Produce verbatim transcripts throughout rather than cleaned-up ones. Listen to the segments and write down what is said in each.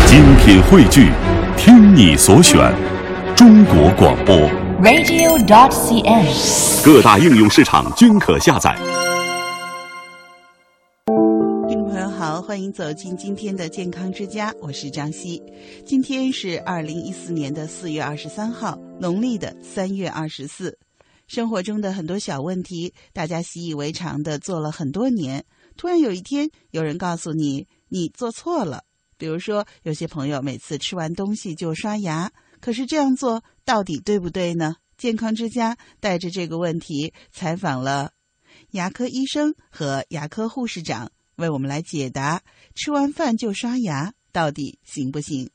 精品汇聚，听你所选，中国广播 radio dot c n， 各大应用市场均可下载。 听众朋友好，欢迎走进今天的健康之家，我是张希。今天是二零一四年的四月二十三号，农历的三月二十四。生活中的很多小问题，大家习以为常的做了很多年，突然有一天有人告诉你，你做错了。比如说，有些朋友每次吃完东西就刷牙，可是这样做到底对不对呢？健康之家带着这个问题采访了牙科医生和牙科护士长，为我们来解答吃完饭就刷牙到底行不行。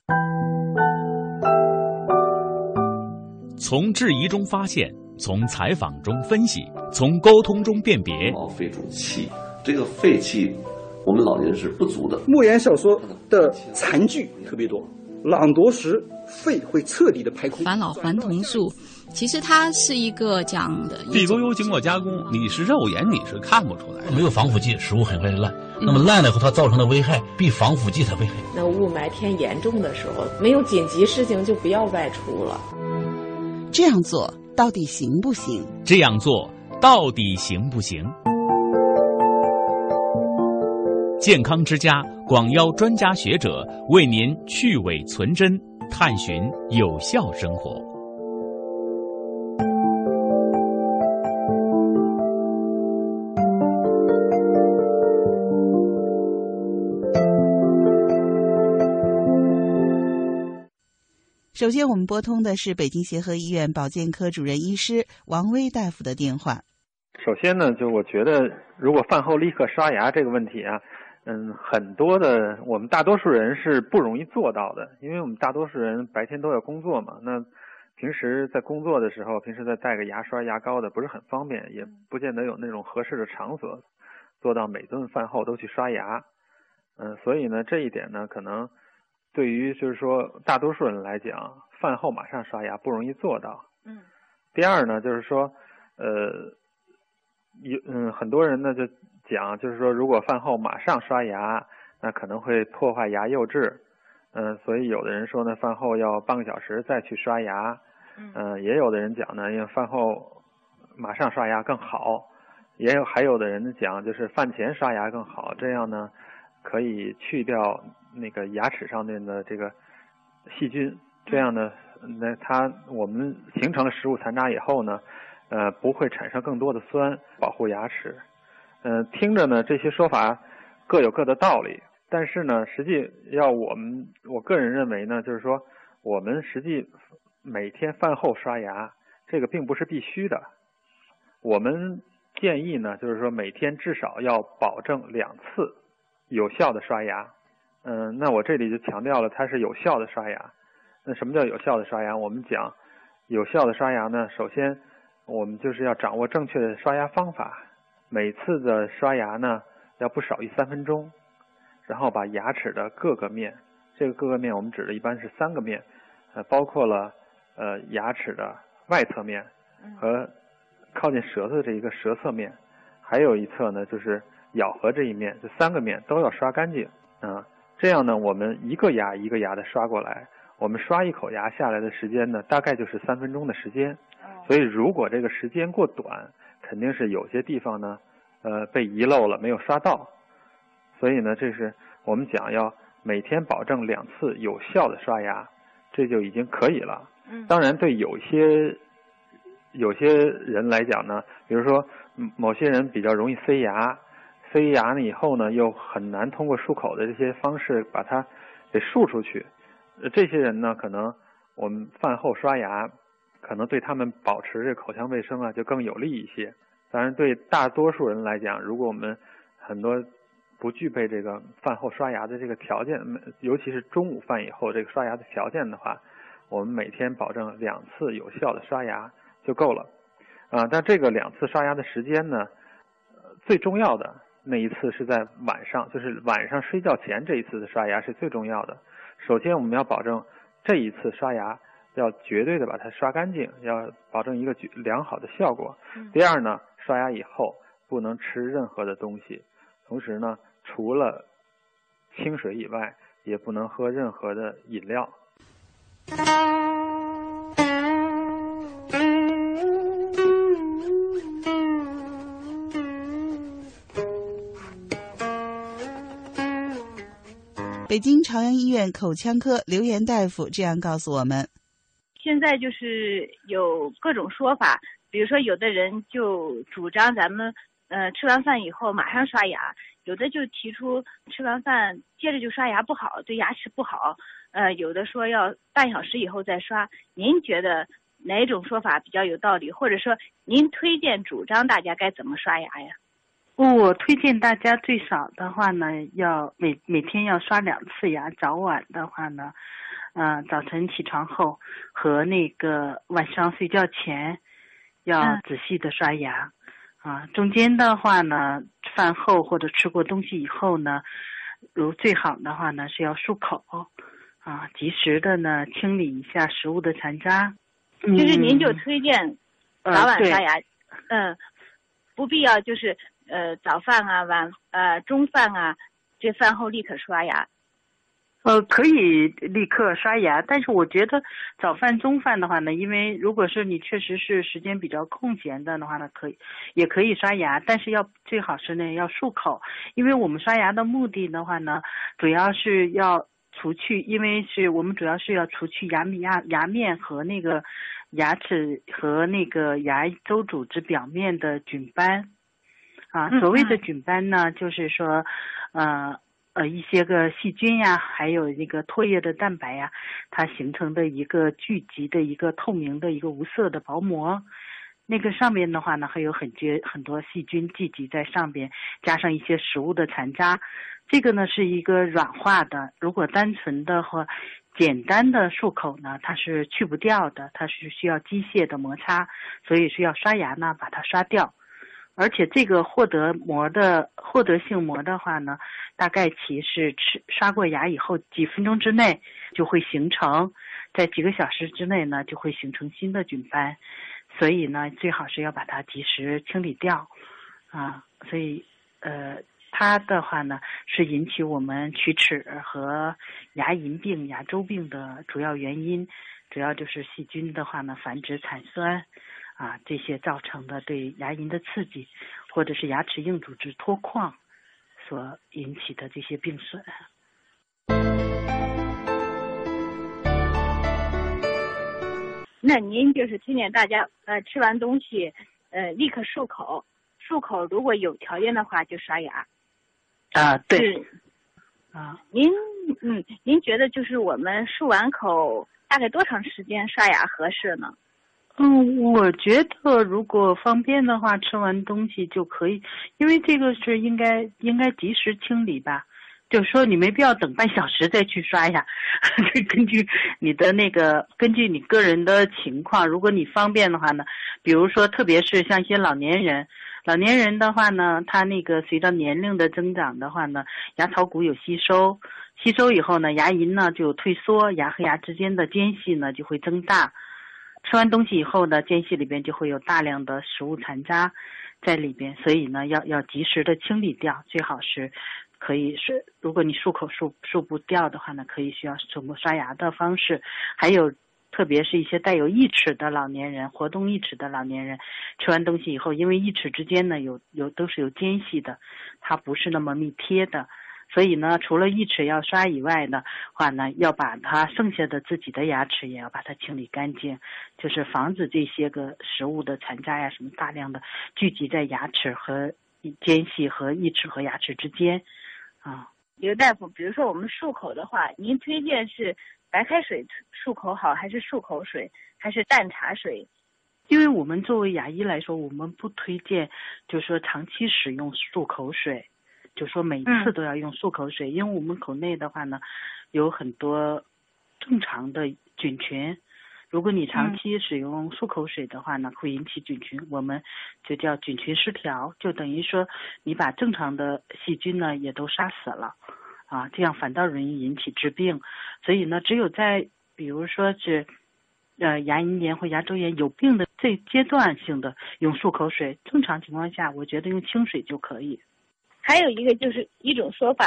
从质疑中发现，从采访中分析，从沟通中辨别。 老肺主气，这个肺气我们老年是不足的。 莫言小说的残句特别多，朗读时肺会彻底的排空。 返老还童术其实它是一个讲的地沟油经过加工，你是肉眼你是看不出来的。 没有防腐剂，食物很快就烂。那么烂了以后，它造成的危害比防腐剂的危害。 那雾霾天严重的时候，没有紧急事情就不要外出了。 这样做到底行不行？ 这样做到底行不行？健康之家广邀专家学者为您去伪存真，探寻有效生活。 首先我们拨通的是北京协和医院保健科主任医师王威大夫的电话。 首先呢，就我觉得如果饭后立刻刷牙这个问题啊，嗯，很多的我们大多数人是不容易做到的，因为我们大多数人白天都要工作嘛，那平时在工作的时候，平时再带个牙刷牙膏的不是很方便，也不见得有那种合适的场所做到每顿饭后都去刷牙。嗯，所以呢，这一点呢，可能对于就是说大多数人来讲，饭后马上刷牙不容易做到。嗯。第二呢，就是说，呃，有嗯很多人呢就讲，就是说如果饭后马上刷牙，那可能会破坏牙釉质。嗯、呃，所以有的人说呢，饭后要半个小时再去刷牙。嗯、呃。也有的人讲呢，因为饭后马上刷牙更好。也有还有的人讲，就是饭前刷牙更好，这样呢可以去掉那个牙齿上面的这个细菌，这样呢，那它我们形成了食物残渣以后呢，呃，不会产生更多的酸，保护牙齿。嗯、呃，听着呢，这些说法各有各的道理，但是呢，实际要我们，我个人认为呢，就是说，我们实际每天饭后刷牙，这个并不是必须的。我们建议呢，就是说每天至少要保证两次有效的刷牙。嗯、呃，那我这里就强调了，它是有效的刷牙。那什么叫有效的刷牙？我们讲有效的刷牙呢，首先我们就是要掌握正确的刷牙方法。每次的刷牙呢，要不少于三分钟，然后把牙齿的各个面，这个各个面我们指的一般是三个面，呃，包括了呃牙齿的外侧面和靠近舌头的这一个舌侧面，还有一侧呢就是咬合这一面，这三个面都要刷干净啊。这样呢，我们一个牙一个牙的刷过来，我们刷一口牙下来的时间呢，大概就是三分钟的时间。所以如果这个时间过短，肯定是有些地方呢，呃，被遗漏了，没有刷到。所以呢，这是我们讲要每天保证两次有效的刷牙，这就已经可以了。当然，对有些有些人来讲呢，比如说某些人比较容易塞牙，塞牙呢以后呢，又很难通过漱口的这些方式把它给漱出去。这些人呢，可能我们饭后刷牙，可能对他们保持这口腔卫生啊就更有利一些。当然，对大多数人来讲，如果我们很多不具备这个饭后刷牙的这个条件，尤其是中午饭以后这个刷牙的条件的话，我们每天保证两次有效的刷牙就够了。啊，但这个两次刷牙的时间呢，最重要的那一次是在晚上，就是晚上睡觉前这一次的刷牙是最重要的。首先我们要保证这一次刷牙要绝对的把它刷干净，要保证一个良好的效果。第二呢，刷牙以后不能吃任何的东西，同时呢，除了清水以外， 也不能喝任何的饮料。 北京朝阳医院口腔科刘岩大夫这样告诉我们： 现在就是有各种说法，比如说有的人就主张咱们呃吃完饭以后马上刷牙，有的就提出吃完饭接着就刷牙不好，对牙齿不好，呃有的说要半小时以后再刷。您觉得哪种说法比较有道理，或者说您推荐主张大家该怎么刷牙呀？ 我推荐大家最少的话呢，要每每天要刷两次牙，早晚的话呢，呃，早晨起床后和那个晚上睡觉前要仔细的刷牙，嗯、啊，中间的话呢，饭后或者吃过东西以后呢，如最好的话呢是要漱口，啊，及时的呢清理一下食物的残渣。 就是您就推荐早晚刷牙， 嗯、 呃，不必要就是呃早饭啊晚呃中饭啊，这饭后立刻刷牙。 呃，可以立刻刷牙，但是我觉得早饭、中饭的话呢，因为如果是你确实是时间比较空闲的的话呢，可以也可以刷牙，但是要最好是呢要漱口，因为我们刷牙的目的的话呢，主要是要除去，因为是我们主要是要除去牙面牙牙面和那个牙齿和那个牙周组织表面的菌斑啊。所谓的菌斑呢，就是说，呃。呃，一些个细菌呀，还有那个唾液的蛋白呀，它形成的一个聚集的一个透明的一个无色的薄膜，那个上面的话呢，还有很多很多细菌聚集在上边，加上一些食物的残渣，这个呢是一个软化的，如果单纯的或简单的漱口呢，它是去不掉的，它是需要机械的摩擦，所以是要刷牙呢把它刷掉。而且这个获得膜的获得性膜的话呢，大概其是吃刷过牙以后几分钟之内就会形成，在几个小时之内呢就会形成新的菌斑，所以呢最好是要把它及时清理掉啊。所以呃它的话呢是引起我们龋齿和牙龈病、牙周病的主要原因，主要就是细菌的话呢繁殖产酸。啊，这些造成的对牙龈的刺激，或者是牙齿硬组织脱矿所引起的这些病损。 那您就是推荐大家呃吃完东西呃立刻漱口，漱口如果有条件的话就刷牙。 啊，对。啊， 您嗯，您觉得就是我们漱完口大概多长时间刷牙合适呢？ 嗯，我觉得如果方便的话，吃完东西就可以，因为这个是应该应该及时清理吧，就是说你没必要等半小时再去刷牙，根据你的那个根据你个人的情况，如果你方便的话呢，比如说特别是像一些老年人，老年人的话呢，他那个随着年龄的增长的话呢，牙槽骨有吸收，吸收以后呢，牙龈呢就有退缩，牙和牙之间的间隙呢就会增大。吃完东西以后呢，间隙里边就会有大量的食物残渣在里边，所以呢，要要及时的清理掉，最好是可以是，如果你漱口漱漱不掉的话呢，可以需要通过刷牙的方式，还有特别是一些带有义齿的老年人，活动义齿的老年人，吃完东西以后，因为义齿之间呢有有都是有间隙的，它不是那么密贴的。所以呢，除了义齿要刷以外的话呢，要把它剩下的自己的牙齿也要把它清理干净，就是防止这些个食物的残渣呀什么大量的聚集在牙齿和间隙和义齿和牙齿之间啊。 刘大夫，比如说我们漱口的话，您推荐是白开水漱口好，还是漱口水，还是淡茶水？ 因为我们作为牙医来说，我们不推荐就是说长期使用漱口水。就说每次都要用漱口水、嗯、因为我们口内的话呢有很多正常的菌群，如果你长期使用漱口水的话呢、嗯、会引起菌群，我们就叫菌群失调，就等于说你把正常的细菌呢也都杀死了啊，这样反倒容易引起致病。所以呢只有在比如说是呃牙龈炎或牙周炎有病的这阶段性的用漱口水，正常情况下我觉得用清水就可以。 还有一个就是一种说法，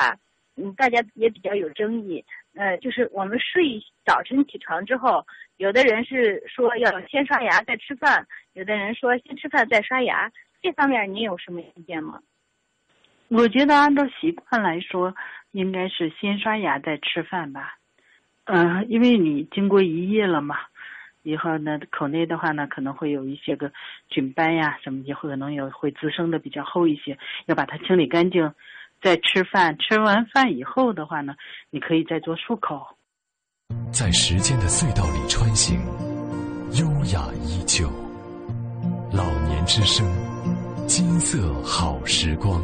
嗯，大家也比较有争议。呃，就是我们睡早晨起床之后，有的人是说要先刷牙再吃饭，有的人说先吃饭再刷牙，这方面你有什么意见吗？ 我觉得按照习惯来说，应该是先刷牙再吃饭吧。嗯、呃，因为你经过一夜了嘛，以后呢口内的话呢可能会有一些个菌斑呀什么，也会可能有会滋生的比较厚一些，要把它清理干净。再吃饭，吃完饭以后的话呢，你可以再做漱口。 在时间的隧道里穿行，优雅依旧。老年之声，金色好时光。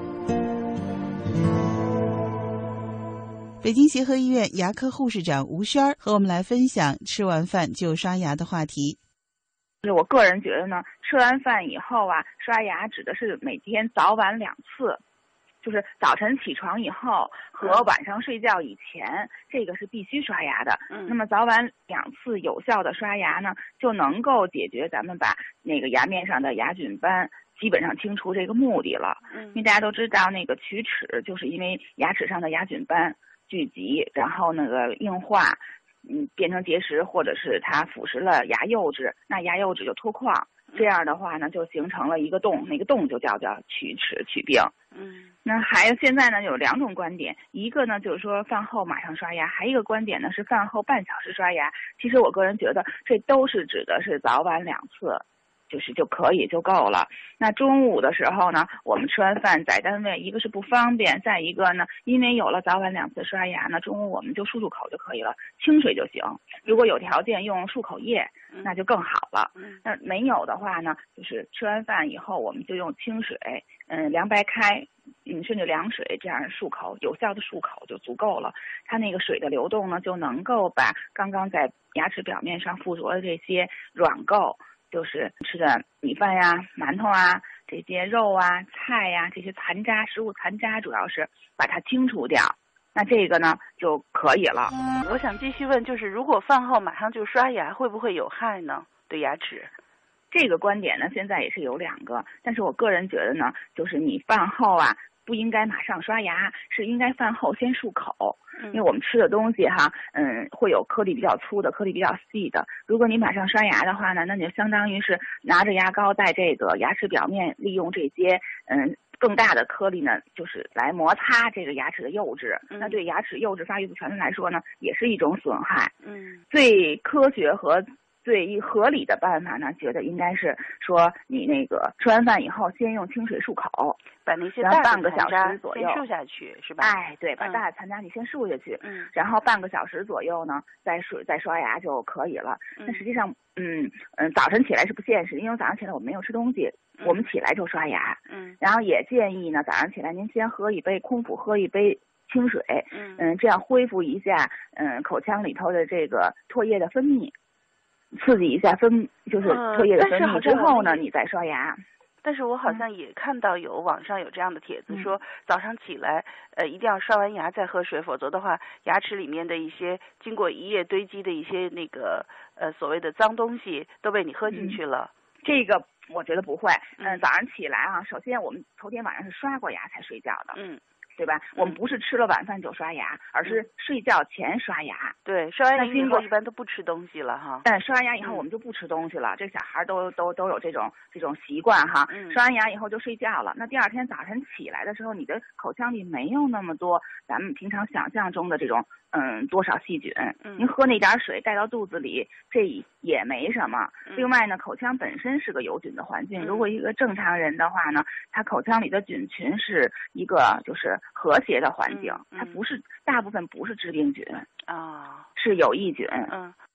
北京协和医院牙科护士长吴轩和我们来分享吃完饭就刷牙的话题。 我个人觉得呢，吃完饭以后啊，刷牙指的是每天早晚两次。就是早晨起床以后和晚上睡觉以前，这个是必须刷牙的。嗯，那么早晚两次有效的刷牙呢，就能够解决咱们把那个牙面上的牙菌斑基本上清除这个目的了。嗯，因为大家都知道，那个龋齿就是因为牙齿上的牙菌斑聚集，然后那个硬化，嗯，变成结石，或者是它腐蚀了牙釉质，那牙釉质就脱矿。这样的话呢，就形成了一个洞，那个洞就叫叫龋齿龋病。嗯，那还有现在呢有两种观点，一个呢就是说饭后马上刷牙，还有一个观点呢是饭后半小时刷牙。其实我个人觉得这都是指的是早晚两次，就是就可以就够了。那中午的时候呢，我们吃完饭在单位，一个是不方便，再一个呢，因为有了早晚两次刷牙呢，中午我们就漱漱口就可以了，清水就行。如果有条件用漱口液，那就更好了。那没有的话呢，就是吃完饭以后，我们就用清水，嗯，凉白开，嗯，甚至凉水这样漱口，有效的漱口就足够了。它那个水的流动呢，就能够把刚刚在牙齿表面上附着的这些软垢，就是吃的米饭呀、馒头啊、这些肉啊、菜呀、这些残渣，食物残渣，主要是把它清除掉。那这个呢就可以了。 我想继续问，就是如果饭后马上就刷牙，会不会有害呢？对牙齿？ 这个观点呢，现在也是有两个，但是我个人觉得呢，就是你饭后啊，不应该马上刷牙，是应该饭后先漱口。因为我们吃的东西哈，嗯，会有颗粒比较粗的，颗粒比较细的。如果你马上刷牙的话呢，那你就相当于是拿着牙膏在这个牙齿表面，利用这些嗯更大的颗粒呢，就是来摩擦这个牙齿的釉质。嗯、那对牙齿釉质发育不全的来说呢，也是一种损害。嗯，最科学和最合理的办法呢，觉得应该是说你那个吃完饭以后，先用清水漱口， 把那些大半个小时左右先漱下去，是吧？ 哎，对，把大的残渣你先漱下去，嗯，然后半个小时左右呢，再刷再刷牙就可以了。那、嗯、实际上，嗯嗯，早晨起来是不现实，因为我早上起来我没有吃东西，嗯、我们起来就刷牙，嗯，然后也建议呢，早上起来您先喝一杯空腹喝一杯清水，嗯嗯，这样恢复一下嗯口腔里头的这个唾液的分泌。刺激一下分，就是唾液的分泌之后呢，你再刷牙。 但是我好像也看到有网上有这样的帖子说，早上起来呃一定要刷完牙再喝水，否则的话牙齿里面的一些经过一夜堆积的一些那个呃所谓的脏东西都被你喝进去了。 嗯、这个我觉得不会。嗯、呃，早上起来啊，首先我们头天晚上是刷过牙才睡觉的。嗯。对吧？我们不是吃了晚饭就刷牙，而是睡觉前刷牙。 对，刷完牙以后一般都不吃东西了哈。 但刷完牙以后我们就不吃东西了，嗯、这小孩都都都有这种这种习惯哈。嗯、刷完牙以后就睡觉了，那第二天早晨起来的时候，你的口腔里没有那么多咱们平常想象中的这种嗯多少细菌。嗯。您喝那点水带到肚子里，这也没什么。嗯、另外呢，口腔本身是个有菌的环境，嗯、如果一个正常人的话呢，他口腔里的菌群是一个就是和谐的环境，嗯嗯、它不是大部分不是致病菌啊，是有益菌。嗯，